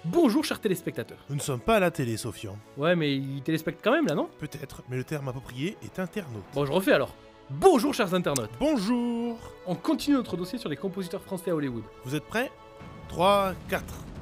Bonjour chers téléspectateurs. Nous ne sommes pas à la télé, Sofian. Ouais mais ils téléspectent quand même là non? Peut-être, mais le terme approprié est internaute. Bon je refais alors. Bonjour chers internautes. Bonjour. On continue notre dossier sur les compositeurs français à Hollywood. Vous êtes prêts? 3, 4.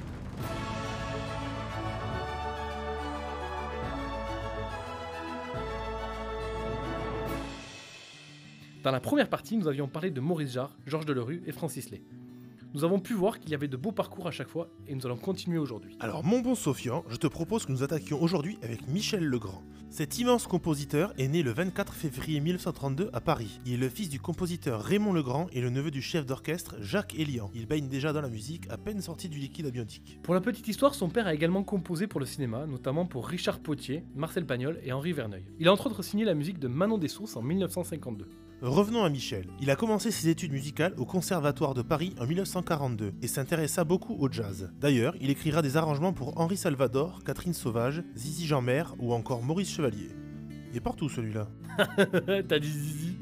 Dans la première partie, nous avions parlé de Maurice Jarre, Georges Delerue et Francis Lay. Nous avons pu voir qu'il y avait de beaux parcours à chaque fois et nous allons continuer aujourd'hui. Alors mon bon Sofian, je te propose que nous attaquions aujourd'hui avec Michel Legrand. Cet immense compositeur est né le 24 février 1932 à Paris. Il est le fils du compositeur Raymond Legrand et le neveu du chef d'orchestre Jacques Elian. Il baigne déjà dans la musique, à peine sorti du liquide amniotique. Pour la petite histoire, son père a également composé pour le cinéma, notamment pour Richard Potier, Marcel Pagnol et Henri Verneuil. Il a entre autres signé la musique de Manon des Sources en 1952. Revenons à Michel. Il a commencé ses études musicales au Conservatoire de Paris en 1942 et s'intéressa beaucoup au jazz. D'ailleurs, il écrira des arrangements pour Henri Salvador, Catherine Sauvage, Zizi Jeanmaire ou encore Maurice Chevalier. Il est partout celui-là. T'as dit zizi.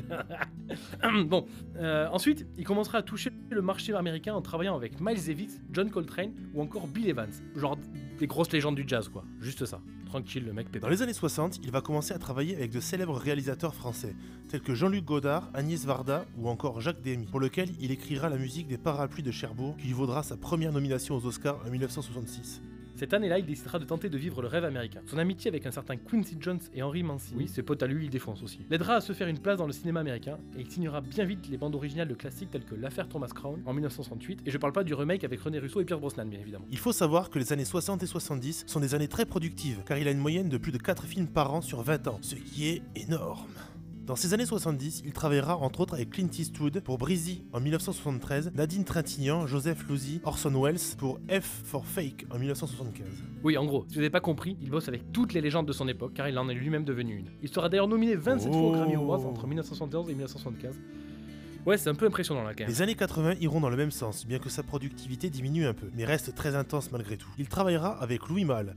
Bon, ensuite, il commencera à toucher le marché américain en travaillant avec Miles Davis, John Coltrane ou encore Bill Evans. Genre des grosses légendes du jazz quoi, juste ça. Tranquille le mec pépère. Dans les années 60, il va commencer à travailler avec de célèbres réalisateurs français, tels que Jean-Luc Godard, Agnès Varda ou encore Jacques Demy, pour lequel il écrira la musique des Parapluies de Cherbourg, qui lui vaudra sa première nomination aux Oscars en 1966. Cette année-là, il décidera de tenter de vivre le rêve américain. Son amitié avec un certain Quincy Jones et Henry Mancini, ses potes à lui, il défonce aussi, l'aidera à se faire une place dans le cinéma américain et il signera bien vite les bandes originales de classiques tels que L'affaire Thomas Crown en 1968, et je parle pas du remake avec René Russo et Pierce Brosnan bien évidemment. Il faut savoir que les années 60 et 70 sont des années très productives, car il a une moyenne de plus de 4 films par an sur 20 ans, ce qui est énorme. Dans ces années 70, il travaillera entre autres avec Clint Eastwood pour Breezy en 1973, Nadine Trintignant, Joseph Losey, Orson Welles pour F for Fake en 1975. Oui, en gros, si vous n'avez pas compris, il bosse avec toutes les légendes de son époque car il en est lui-même devenu une. Il sera d'ailleurs nominé 27 fois aux Grammy Awards entre 1971 et 1975. Ouais, c'est un peu impressionnant là quand même. Les années 80 iront dans le même sens, bien que sa productivité diminue un peu, mais reste très intense malgré tout. Il travaillera avec Louis Malle,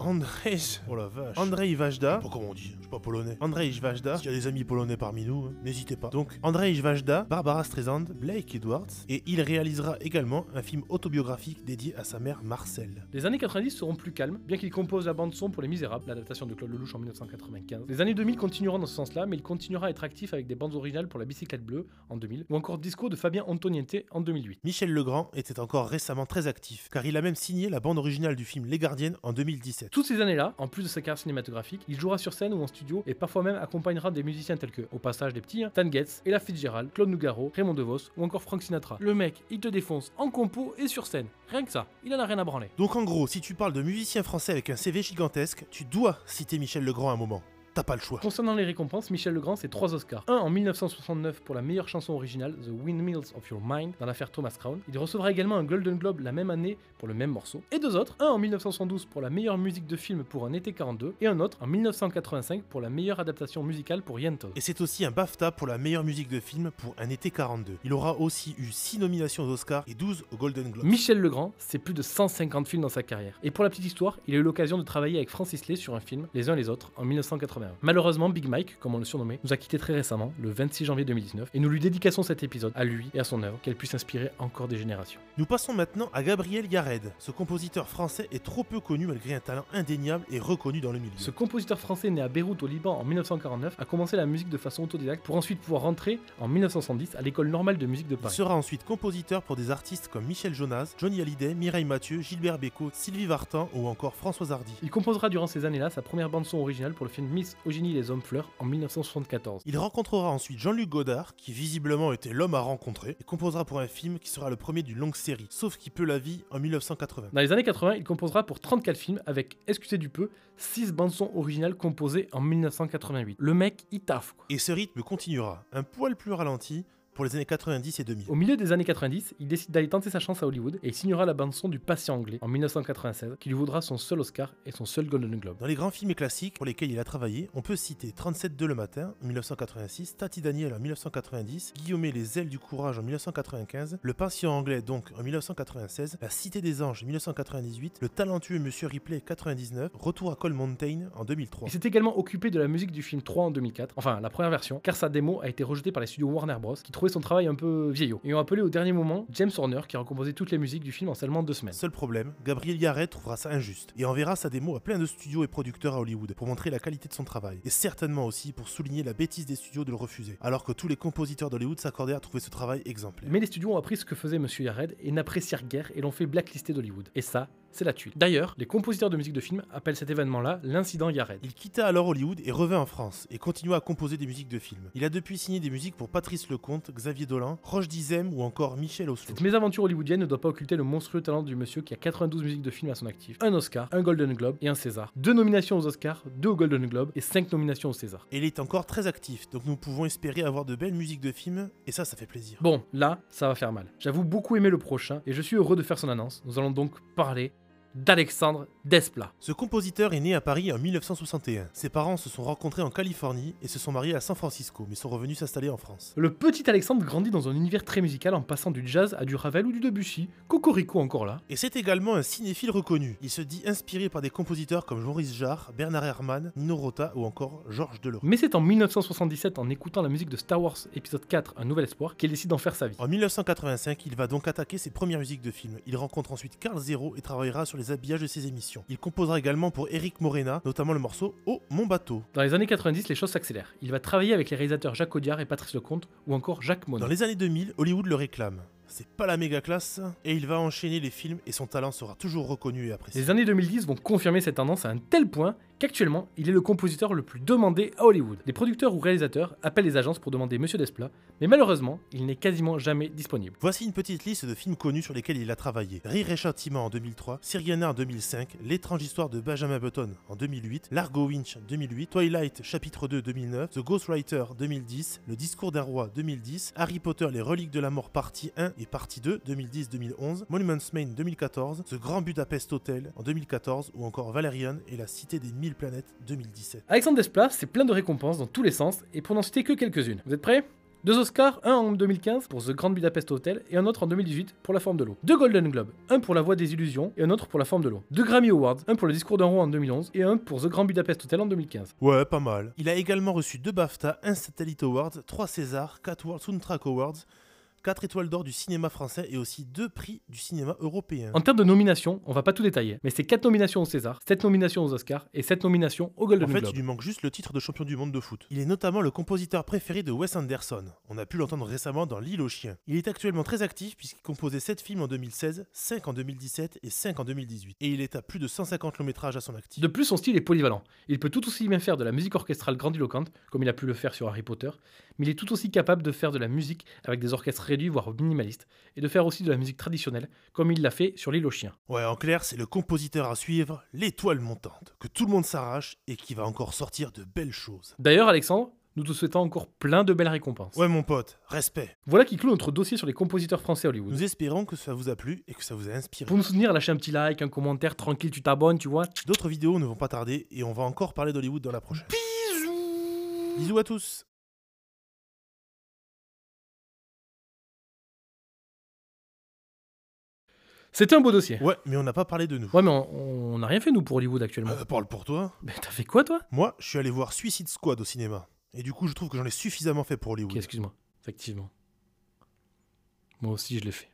Andrzej Wajda, pas comment on dit, je suis pas polonais. Andrzej Wajda, s'il y a des amis polonais parmi nous, n'hésitez pas. Donc Andrzej Wajda, Barbara Streisand, Blake Edwards, et il réalisera également un film autobiographique dédié à sa mère Marcel. Les années 90 seront plus calmes, bien qu'il compose la bande son pour Les Misérables, l'adaptation de Claude Lelouch en 1995. Les années 2000 continueront dans ce sens-là, mais il continuera à être actif avec des bandes originales pour La Bicyclette Bleue en 2000, ou encore Disco de Fabien Antoniente en 2008. Michel Legrand était encore récemment très actif, car il a même signé la bande originale du film Les Gardiennes en 2017. Toutes ces années-là, en plus de sa carrière cinématographique, il jouera sur scène ou en studio et parfois même accompagnera des musiciens tels que, au passage des petits, Stan Getz, Ella Fitzgerald, Claude Nougaro, Raymond DeVos ou encore Frank Sinatra. Le mec, il te défonce en compo et sur scène. Rien que ça, il en a rien à branler. Donc en gros, si tu parles de musicien français avec un CV gigantesque, tu dois citer Michel Legrand à un moment. T'as pas le choix. Concernant les récompenses, Michel Legrand c'est 3 Oscars. Un en 1969 pour la meilleure chanson originale, The Windmills of Your Mind, dans l'affaire Thomas Crown. Il recevra également un Golden Globe la même année pour le même morceau. Et 2 autres, un en 1972 pour la meilleure musique de film pour Un été 42, et un autre en 1985 pour la meilleure adaptation musicale pour Yentl. Et c'est aussi un BAFTA pour la meilleure musique de film pour Un été 42. Il aura aussi eu 6 nominations aux Oscars et 12 au Golden Globe. Michel Legrand, c'est plus de 150 films dans sa carrière. Et pour la petite histoire, il a eu l'occasion de travailler avec Francis Lay sur un film, Les uns les autres, en 1981. Malheureusement, Big Mike, comme on le surnommait, nous a quitté très récemment, le 26 janvier 2019, et nous lui dédicassons cet épisode à lui et à son œuvre, qu'elle puisse inspirer encore des générations. Nous passons maintenant à Gabriel Yared. Ce compositeur français est trop peu connu malgré un talent indéniable et reconnu dans le milieu. Ce compositeur français né à Beyrouth au Liban en 1949 a commencé la musique de façon autodidacte pour ensuite pouvoir rentrer en 1970 à l'école normale de musique de Il Paris. sera ensuite compositeur pour des artistes comme Michel Jonas, Johnny Hallyday, Mireille Mathieu, Gilbert Bécaud, Sylvie Vartan ou encore Françoise Hardy. Il composera durant ces années-là sa première bande-son originale pour le film Miss Eugénie et les Hommes Fleurs en 1974. Il rencontrera ensuite Jean-Luc Godard, qui visiblement était l'homme à rencontrer, et composera pour un film qui sera le premier d'une longue série, Sauf qui peut la vie, en 1980. Dans les années 80, il composera pour 34 films avec, excusez du peu, 6 bandes-son originales composées en 1988. Le mec, il taffe quoi. Et ce rythme continuera, un poil plus ralenti, pour les années 90 et 2000. Au milieu des années 90, il décide d'aller tenter sa chance à Hollywood et il signera la bande-son du Patient anglais en 1996, qui lui vaudra son seul Oscar et son seul Golden Globe. Dans les grands films et classiques pour lesquels il a travaillé, on peut citer 37 le matin en 1986, Tati Daniel en 1990, Guillaume et les ailes du courage en 1995, Le Patient anglais donc en 1996, La Cité des anges en 1998, Le talentueux Monsieur Ripley 99, Retour à Cold Mountain en 2003. Il s'est également occupé de la musique du film 3 en 2004, enfin la première version, car sa démo a été rejetée par les studios Warner Bros, qui trouvé son travail un peu vieillot et ont appelé au dernier moment James Horner qui a recomposé toutes les musiques du film en seulement 2 semaines. Seul problème, Gabriel Yared trouvera ça injuste et enverra sa démo à plein de studios et producteurs à Hollywood pour montrer la qualité de son travail et certainement aussi pour souligner la bêtise des studios de le refuser, alors que tous les compositeurs d'Hollywood s'accordaient à trouver ce travail exemplaire. Mais les studios ont appris ce que faisait Monsieur Yared et n'apprécièrent guère et l'ont fait blacklister d'Hollywood. Et ça, c'est la tuile. D'ailleurs, les compositeurs de musique de film appellent cet événement-là l'incident Yared. Il quitta alors Hollywood et revint en France et continua à composer des musiques de films. Il a depuis signé des musiques pour Patrice Lecomte, Xavier Dolan, Roche Dizem ou encore Michel Oslo. Cette mésaventure hollywoodienne ne doit pas occulter le monstrueux talent du monsieur qui a 92 musiques de film à son actif, un Oscar, un Golden Globe et un César, 2 nominations aux Oscars, 2 au Golden Globe et 5 nominations au César. Et il est encore très actif, donc nous pouvons espérer avoir de belles musiques de films et ça fait plaisir. Bon, là, ça va faire mal. J'avoue beaucoup aimer le prochain et je suis heureux de faire son annonce. Nous allons donc parler d'Alexandre Desplat. Ce compositeur est né à Paris en 1961. Ses parents se sont rencontrés en Californie et se sont mariés à San Francisco, mais sont revenus s'installer en France. Le petit Alexandre grandit dans un univers très musical en passant du jazz à du Ravel ou du Debussy, Cocorico encore là. Et c'est également un cinéphile reconnu. Il se dit inspiré par des compositeurs comme Maurice Jarre, Bernard Herrmann, Nino Rota ou encore Georges Delerue. Mais c'est en 1977, en écoutant la musique de Star Wars épisode 4, Un Nouvel Espoir, qu'il décide d'en faire sa vie. En 1985, il va donc attaquer ses premières musiques de films. Il rencontre ensuite Carl Zero et travaillera sur les habillages de ses émissions. Il composera également pour Eric Morena, notamment le morceau Oh mon bateau. Dans les années 90, les choses s'accélèrent. Il va travailler avec les réalisateurs Jacques Audiard et Patrice Lecomte, ou encore Jacques Monod. Dans les années 2000, Hollywood le réclame. C'est pas la méga classe, et il va enchaîner les films et son talent sera toujours reconnu et apprécié. Les années 2010 vont confirmer cette tendance à un tel point qu'actuellement, il est le compositeur le plus demandé à Hollywood. Les producteurs ou réalisateurs appellent les agences pour demander Monsieur Desplat, mais malheureusement, il n'est quasiment jamais disponible. Voici une petite liste de films connus sur lesquels il a travaillé. Rire et Châtiment en 2003, Syriana en 2005, L'étrange histoire de Benjamin Button en 2008, Largo Winch 2008, Twilight chapitre 2 2009, The Ghostwriter 2010, Le discours d'un roi 2010, Harry Potter les reliques de la mort partie 1 et partie 2 2010-2011, Monuments Men 2014, The Grand Budapest Hotel en 2014 ou encore Valerian et la cité des 1000 planètes 2017. Alexandre Desplat, c'est plein de récompenses dans tous les sens, et pour n'en citer que quelques-unes. Vous êtes prêts ? 2 Oscars, un en 2015 pour The Grand Budapest Hotel et un autre en 2018 pour La Forme de l'eau. 2 Golden Globes, un pour La Voix des Illusions et un autre pour La Forme de l'eau. 2 Grammy Awards, un pour Le Discours d'un roi en 2011 et un pour The Grand Budapest Hotel en 2015. Ouais, pas mal. Il a également reçu 2 BAFTA, 1 Satellite Awards, 3 César, 4 World Soundtrack Awards, 4 étoiles d'or du cinéma français et aussi 2 prix du cinéma européen. En termes de nominations, on va pas tout détailler, mais c'est 4 nominations au César, 7 nominations aux Oscars et 7 nominations au Golden Globe. En fait, il lui manque juste le titre de champion du monde de foot. Il est notamment le compositeur préféré de Wes Anderson. On a pu l'entendre récemment dans L'île aux chiens. Il est actuellement très actif puisqu'il composait 7 films en 2016, 5 en 2017 et 5 en 2018. Et il est à plus de 150 longs métrages à son actif. De plus, son style est polyvalent. Il peut tout aussi bien faire de la musique orchestrale grandiloquente, comme il a pu le faire sur Harry Potter, mais il est tout aussi capable de faire de la musique avec des orchestres réduits, voire minimalistes, et de faire aussi de la musique traditionnelle, comme il l'a fait sur L'île aux chiens. Ouais, en clair, c'est le compositeur à suivre, l'étoile montante, que tout le monde s'arrache et qui va encore sortir de belles choses. D'ailleurs, Alexandre, nous te souhaitons encore plein de belles récompenses. Ouais, mon pote, respect. Voilà qui clôt notre dossier sur les compositeurs français à Hollywood. Nous espérons que ça vous a plu et que ça vous a inspiré. Pour nous soutenir, lâchez un petit like, un commentaire, tranquille, tu t'abonnes, tu vois. D'autres vidéos ne vont pas tarder et on va encore parler d'Hollywood dans la prochaine. Bisous. Bisous à tous. C'était un beau dossier. Ouais, mais on n'a pas parlé de nous. Ouais, mais on n'a rien fait, nous, pour Hollywood actuellement. Parle pour toi. Mais t'as fait quoi, toi? Moi, je suis allé voir Suicide Squad au cinéma. Et du coup, je trouve que j'en ai suffisamment fait pour Hollywood. Ok, excuse-moi. Effectivement. Moi aussi, je l'ai fait.